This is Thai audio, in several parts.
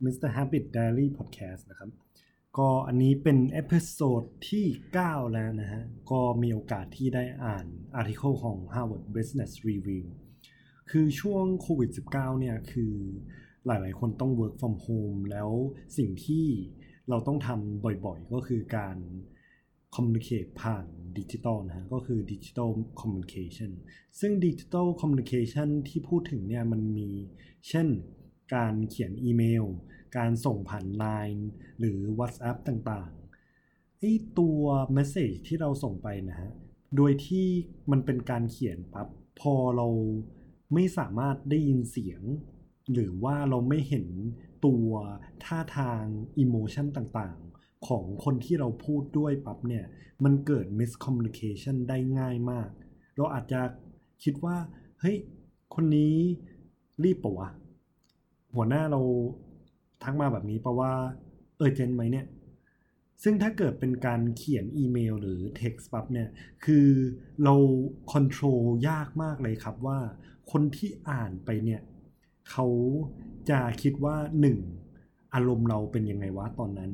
Mr. Habit Diary Podcast นะครับก็อันนี้เป็นเอพิโซดที่9แล้วนะฮะก็มีโอกาสที่ได้อ่านอาร์ติเคิลของ Harvard Business Review คือช่วงโควิด -19 เนี่ยคือหลายๆคนต้อง work from home แล้วสิ่งที่เราต้องทำบ่อยๆก็คือการ communicate ผ่านดิจิทัลนะฮะก็คือ digital communication ซึ่ง digital communication ที่พูดถึงเนี่ยมันมีเช่นการเขียนอีเมลการส่งผ่าน LINE หรือ WhatsApp ต่างๆไอ้ตัว message ที่เราส่งไปนะฮะโดยที่มันเป็นการเขียนปั๊บพอเราไม่สามารถได้ยินเสียงหรือว่าเราไม่เห็นตัวท่าทาง emotion ต่างๆของคนที่เราพูดด้วยปั๊บเนี่ยมันเกิด miscommunication ได้ง่ายมากเราอาจจะคิดว่าเฮ้ยคนนี้รีบปะวะหัวหน้าเราทักมาแบบนี้แปลว่าเจนไหมเนี่ยซึ่งถ้าเกิดเป็นการเขียนอีเมลหรือ text ปั๊บเนี่ยคือเราคอนโทรลยากมากเลยครับว่าคนที่อ่านไปเนี่ยเขาจะคิดว่า1อารมณ์เราเป็นยังไงวะตอนนั้น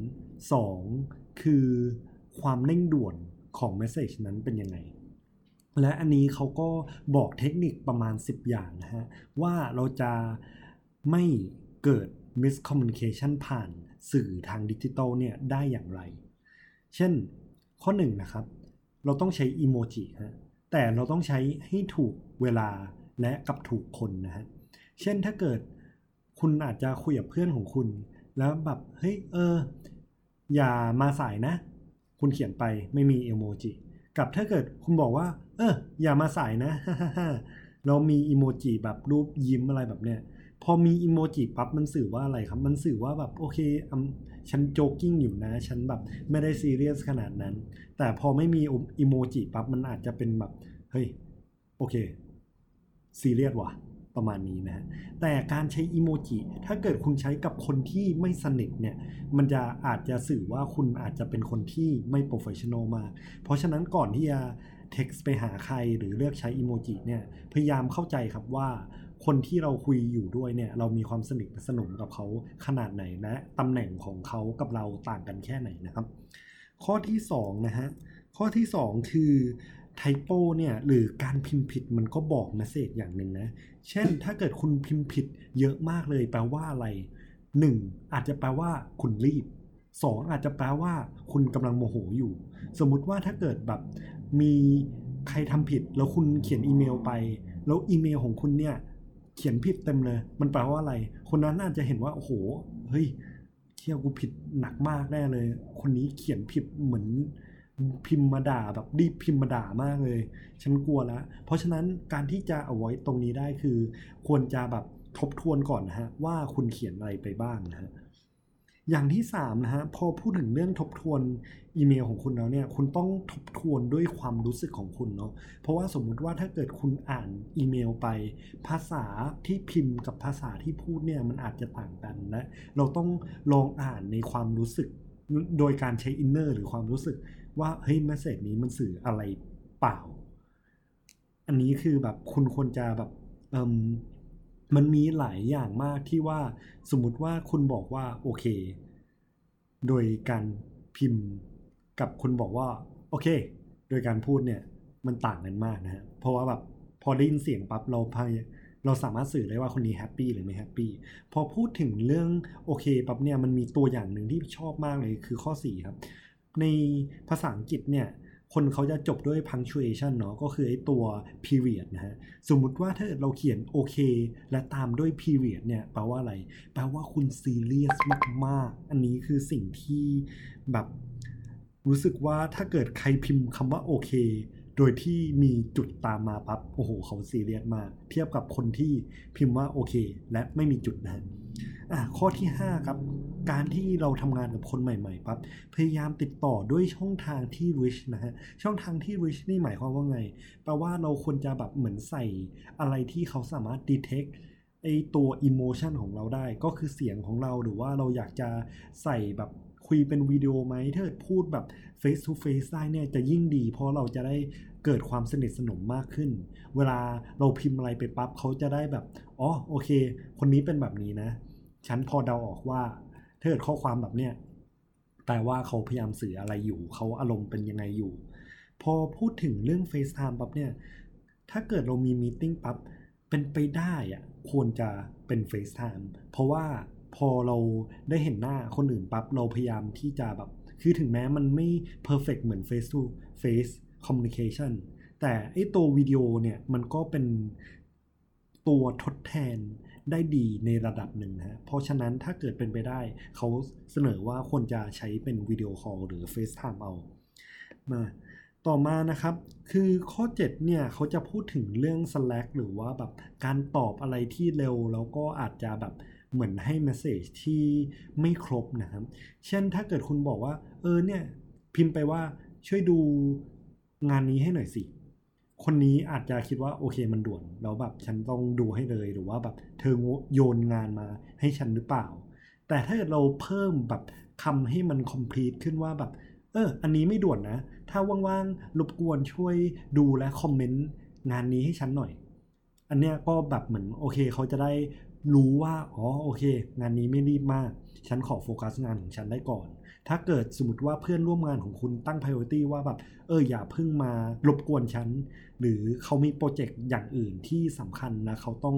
2คือความเร่งด่วนของเมสเสจนั้นเป็นยังไงและอันนี้เขาก็บอกเทคนิคประมาณ10อย่างนะฮะว่าเราจะไม่เกิด miscommunication ผ่านสื่อทางดิจิทัลเนี่ยได้อย่างไรเช่นข้อ1นะครับเราต้องใช้อีโมจิฮะแต่เราต้องใช้ให้ถูกเวลาและกับถูกคนนะฮะเช่นถ้าเกิดคุณอาจจะคุยกับเพื่อนของคุณแล้วแบบเฮ้ยอย่ามาสายนะคุณเขียนไปไม่มีอีโมจิกับถ้าเกิดคุณบอกว่าอย่ามาสายนะ เรามีอีโมจิแบบรูปยิ้มอะไรแบบเนี้ยพอมีอีโมจิปั๊บมันสื่อว่าอะไรครับมันสื่อว่าแบบโอเคฉันโจ๊กกิ้งอยู่นะฉันแบบไม่ได้ซีเรียสขนาดนั้นแต่พอไม่มีอีโมจิปั๊บมันอาจจะเป็นแบบเฮ้ยโอเคซีเรียสว่ะประมาณนี้นะฮะแต่การใช้อีโมจิถ้าเกิดคุณใช้กับคนที่ไม่สนิทเนี่ยมันจะอาจจะสื่อว่าคุณอาจจะเป็นคนที่ไม่โปรเฟสชันนอลมากเพราะฉะนั้นก่อนที่จะtext ไปหาใครหรือเลือกใช้อีโมจิเนี่ยพยายามเข้าใจครับว่าคนที่เราคุยอยู่ด้วยเนี่ยเรามีความสนิทสนมกับเขาขนาดไหนและตำแหน่งของเขากับเราต่างกันแค่ไหนนะครับข้อที่2นะฮะข้อที่2คือไทโปเนี่ยหรือการพิมพ์ผิดมันก็บอกเมสเสจอย่างหนึ่งนะเช่นถ้าเกิดคุณพิมพ์ผิดเยอะมากเลยแปลว่าอะไร1อาจจะแปลว่าคุณรีบ2อาจจะแปลว่าคุณกำลังโมโหอยู่สมมุติว่าถ้าเกิดแบบมีใครทำผิดแล้วคุณเขียนอีเมลไปแล้วอีเมลของคุณเนี่ยเขียนผิดเต็มเลยมันแปลว่าอะไรคนนั้นน่าจะเห็นว่าโอ้โหเฮ้ยเที่ยวกูผิดหนักมากแน่เลยคนนี้เขียนผิดเหมือนพิมพ์มาด่าแบบรีบพิมพ์มาด่ามากเลยฉันกลัวแล้วเพราะฉะนั้นการที่จะ avoid ตรงนี้ได้คือควรจะแบบทบทวนก่อนนะฮะว่าคุณเขียนอะไรไปบ้างนะฮะอย่างที่3นะฮะพอพูดถึงเรื่องทบทวนอีเมลของคุณแล้วเนี่ยคุณต้องทบทวนด้วยความรู้สึกของคุณเนาะเพราะว่าสมมุติว่าถ้าเกิดคุณอ่านอีเมลไปภาษาที่พิมพ์กับภาษาที่พูดเนี่ยมันอาจจะต่างกันและเราต้องลองอ่านในความรู้สึกโดยการใช้อินเนอร์หรือความรู้สึกว่าเฮ้ยเมสเสจนี้มันสื่ออะไรเปล่าอันนี้คือแบบคุณควรจะแบบมันมีหลายอย่างมากที่ว่าสมมุติว่าคุณบอกว่าโอเคโดยการพิมพ์กับคุณบอกว่าโอเคโดยการพูดเนี่ยมันต่างกันมากนะฮะเพราะว่าแบบพอได้ยินเสียงปั๊บเราสามารถสื่อได้ว่าคนนี้แฮปปี้หรือไม่แฮปปี้พอพูดถึงเรื่องโอเคปั๊บเนี่ยมันมีตัวอย่างหนึ่งที่ชอบมากเลยคือข้อ4ครับในภาษาอังกฤษเนี่ยคนเขาจะจบด้วย punctuation เนาะก็คือไอ้ตัว period นะฮะสมมุติว่าถ้าเราเขียนโอเคและตามด้วย period เนี่ยแปลว่าอะไรแปลว่าคุณซีเรียสมากๆอันนี้คือสิ่งที่แบบรู้สึกว่าถ้าเกิดใครพิมพ์คำว่าโอเคโดยที่มีจุดตามมาปั๊บโอ้โหเขาซีเรียสมากเทียบกับคนที่พิมพ์ว่าโอเคและไม่มีจุดนะฮะข้อที่5ครับการที่เราทำงานกับคนใหม่ๆปั๊บพยายามติดต่อด้วยช่องทางที่ rich นะฮะช่องทางที่ rich นี่หมายความว่าไงแปลว่าเราควรจะแบบเหมือนใส่อะไรที่เขาสามารถ detect ไอตัว emotion ของเราได้ก็คือเสียงของเราหรือว่าเราอยากจะใส่แบบคุยเป็นวิดีโอไหมถ้าเกิดพูดแบบ face to face ได้เนี่ยจะยิ่งดีเพราะเราจะได้เกิดความสนิทสนมมากขึ้นเวลาเราพิมพ์อะไรไปปั๊บเขาจะได้แบบอ๋อโอเคคนนี้เป็นแบบนี้นะฉันพอเดาออกว่าถ้าเกิดข้อความแบบเนี้ยแปลว่าเขาพยายามสื่ออะไรอยู่เขาอารมณ์เป็นยังไงอยู่พอพูดถึงเรื่อง FaceTime ปั๊บเนี่ยถ้าเกิดเรามีมีตติ้งปั๊บเป็นไปได้อะควรจะเป็น FaceTime เพราะว่าพอเราได้เห็นหน้าคนอื่นปั๊บเราพยายามที่จะแบบคือถึงแม้มันไม่ perfect เหมือน face to face communication แต่ไอ้ตัววิดีโอเนี่ยมันก็เป็นตัวทดแทนได้ดีในระดับหนึ่งนะเพราะฉะนั้นถ้าเกิดเป็นไปได้เขาเสนอว่าควรจะใช้เป็นวิดีโอคอลหรือ FaceTime เอามาต่อมานะครับคือข้อ7เนี่ยเขาจะพูดถึงเรื่อง Slack หรือว่าแบบการตอบอะไรที่เร็วแล้วก็อาจจะแบบเหมือนให้เมสเสจที่ไม่ครบนะครับเช่นถ้าเกิดคุณบอกว่าเนี่ยพิมพ์ไปว่าช่วยดูงานนี้ให้หน่อยสิคนนี้อาจจะคิดว่าโอเคมันด่วนแล้วแบบฉันต้องดูให้เลยหรือว่าแบบเธอโยนงานมาให้ฉันหรือเปล่าแต่ถ้าเกิดเราเพิ่มแบบคำให้มัน complete ขึ้นว่าแบบอันนี้ไม่ด่วนนะถ้าว่างๆรบกวนช่วยดูและคอมเมนต์งานนี้ให้ฉันหน่อยอันเนี้ยก็แบบเหมือนโอเคเขาจะได้รู้ว่าโอเคงานนี้ไม่รีบมากฉันขอโฟกัสงานของฉันได้ก่อนถ้าเกิดสมมติว่าเพื่อนร่วมงานของคุณตั้ง priority ว่าแบบอย่าเพิ่งมารบกวนฉันหรือเขามีโปรเจกต์อย่างอื่นที่สำคัญนะเขาต้อง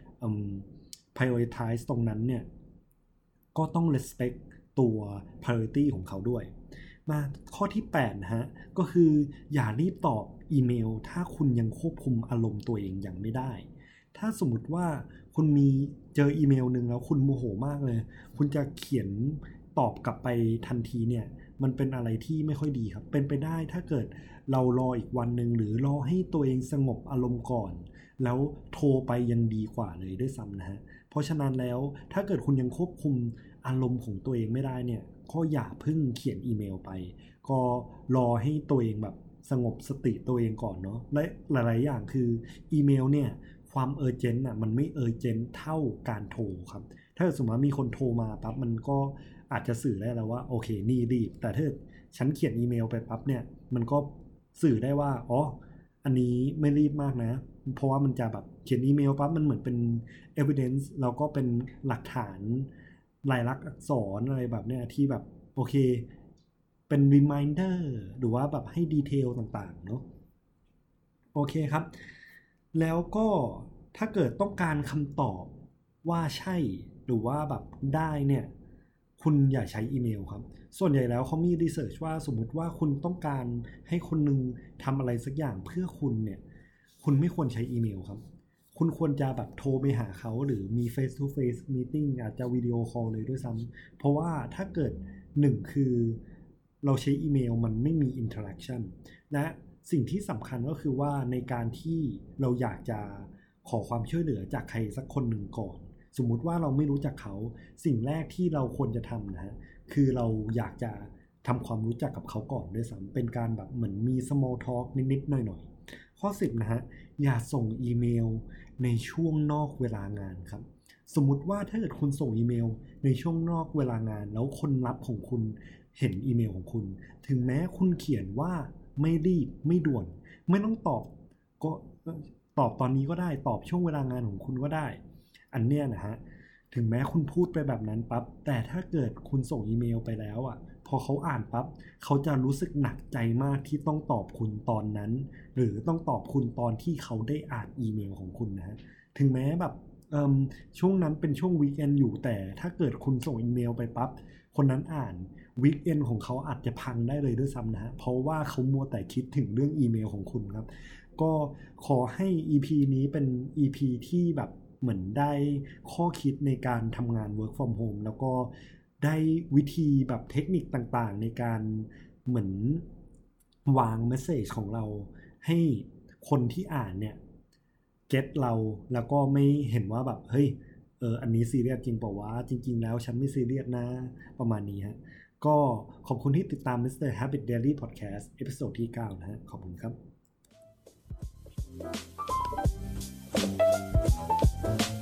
prioritize ตรงนั้นเนี่ยก็ต้อง respect ตัว priority ของเขาด้วยมาข้อที่8นะฮะก็คืออย่ารีบตอบอีเมลถ้าคุณยังควบคุมอารมณ์ตัวเองยังไม่ได้ถ้าสมมติว่าคุณมีเจออีเมลนึงแล้วคุณโมโหมากเลยคุณจะเขียนตอบกลับไปทันทีเนี่ยมันเป็นอะไรที่ไม่ค่อยดีครับเป็นไปได้ถ้าเกิดเรารออีกวันนึงหรือรอให้ตัวเองสงบอารมณ์ก่อนแล้วโทรไปยังดีกว่าเลยด้วยซ้ำนะฮะเพราะฉะนั้นแล้วถ้าเกิดคุณยังควบคุมอารมณ์ของตัวเองไม่ได้เนี่ยก็อย่าเพิ่งเขียนอีเมลไปก็รอให้ตัวเองแบบสงบสติตัวเองก่อนเนาะและหลายๆอย่างคืออีเมลเนี่ยความเออร์เจนต์มันไม่เออร์เจนต์เท่าการโทรครับถ้าสมมติว่ามีคนโทรมาปั๊บมันก็อาจจะสื่อได้แล้วว่าโอเคนี่รีบแต่ถ้าฉันเขียนอีเมลไปปั๊บเนี่ยมันก็สื่อได้ว่าอันนี้ไม่รีบมากนะเพราะว่ามันจะแบบเขียนอีเมลปั๊บมันเหมือนเป็น evidence แล้วก็เป็นหลักฐานลายลักษณ์อักษรอะไรแบบเนี้ยที่แบบโอเคเป็น reminder หรือว่าแบบให้ดีเทลต่างๆเนาะโอเคครับแล้วก็ถ้าเกิดต้องการคำตอบว่าใช่หรือว่าแบบได้เนี่ยคุณอย่าใช้อีเมลครับส่วนใหญ่แล้วเขามีรีเสิร์ชว่าสมมุติว่าคุณต้องการให้คนนึงทำอะไรสักอย่างเพื่อคุณเนี่ยคุณไม่ควรใช้อีเมลครับคุณควรจะแบบโทรไปหาเขาหรือมี face to face meeting อาจจะวิดีโอคอลเลยด้วยซ้ำเพราะว่าถ้าเกิด1คือเราใช้อีเมลมันไม่มี interaction และสิ่งที่สำคัญก็คือว่าในการที่เราอยากจะขอความช่วยเหลือจากใครสักคนหนึ่งก่อนสมมุติว่าเราไม่รู้จักเขาสิ่งแรกที่เราควรจะทำนะฮะคือเราอยากจะทำความรู้จักกับเขาก่อนด้วยซ้ำเป็นการแบบเหมือนมี small talk นิดๆหน่อยๆข้อ10นะฮะอย่าส่งอีเมลในช่วงนอกเวลางานครับสมมุติว่าถ้าเกิดคุณส่งอีเมลในช่วงนอกเวลางานแล้วคนรับของคุณเห็นอีเมลของคุณถึงแม้คุณเขียนว่าไม่รีบไม่ด่วนไม่ต้องตอบก็ตอบตอนนี้ก็ได้ตอบช่วงเวลางานของคุณก็ได้อันเนี้ยนะฮะถึงแม้คุณพูดไปแบบนั้นปั๊บแต่ถ้าเกิดคุณส่งอีเมลไปแล้วอ่ะพอเขาอ่านปั๊บเขาจะรู้สึกหนักใจมากที่ต้องตอบคุณตอนนั้นหรือต้องตอบคุณตอนที่เขาได้อ่านอีเมลของคุณนะฮะถึงแม้แบบช่วงนั้นเป็นช่วงวีคเอนด์อยู่แต่ถ้าเกิดคุณส่งอีเมลไปปั๊บคนนั้นอ่านวีคเอนด์ของเขาอาจจะพังได้เลยด้วยซ้ำนะฮะเพราะว่าเขามัวแต่คิดถึงเรื่องอีเมลของคุณครับก็ขอให้ EP นี้เป็น EP ที่แบบเหมือนได้ข้อคิดในการทำงาน work from home แล้วก็ได้วิธีแบบเทคนิคต่างๆในการเหมือนวางเมสเสจของเราให้คนที่อ่านเนี่ยเก็ตเราแล้วก็ไม่เห็นว่าแบบเฮ้ยอันนี้ซีเรียสจริงเปล่าวะจริงๆแล้วฉันไม่ซีเรียสนะประมาณนี้ฮะก็ขอบคุณที่ติดตาม Mr. Habit Daily Podcast เอพิโซดที่9นะฮะขอบคุณครับ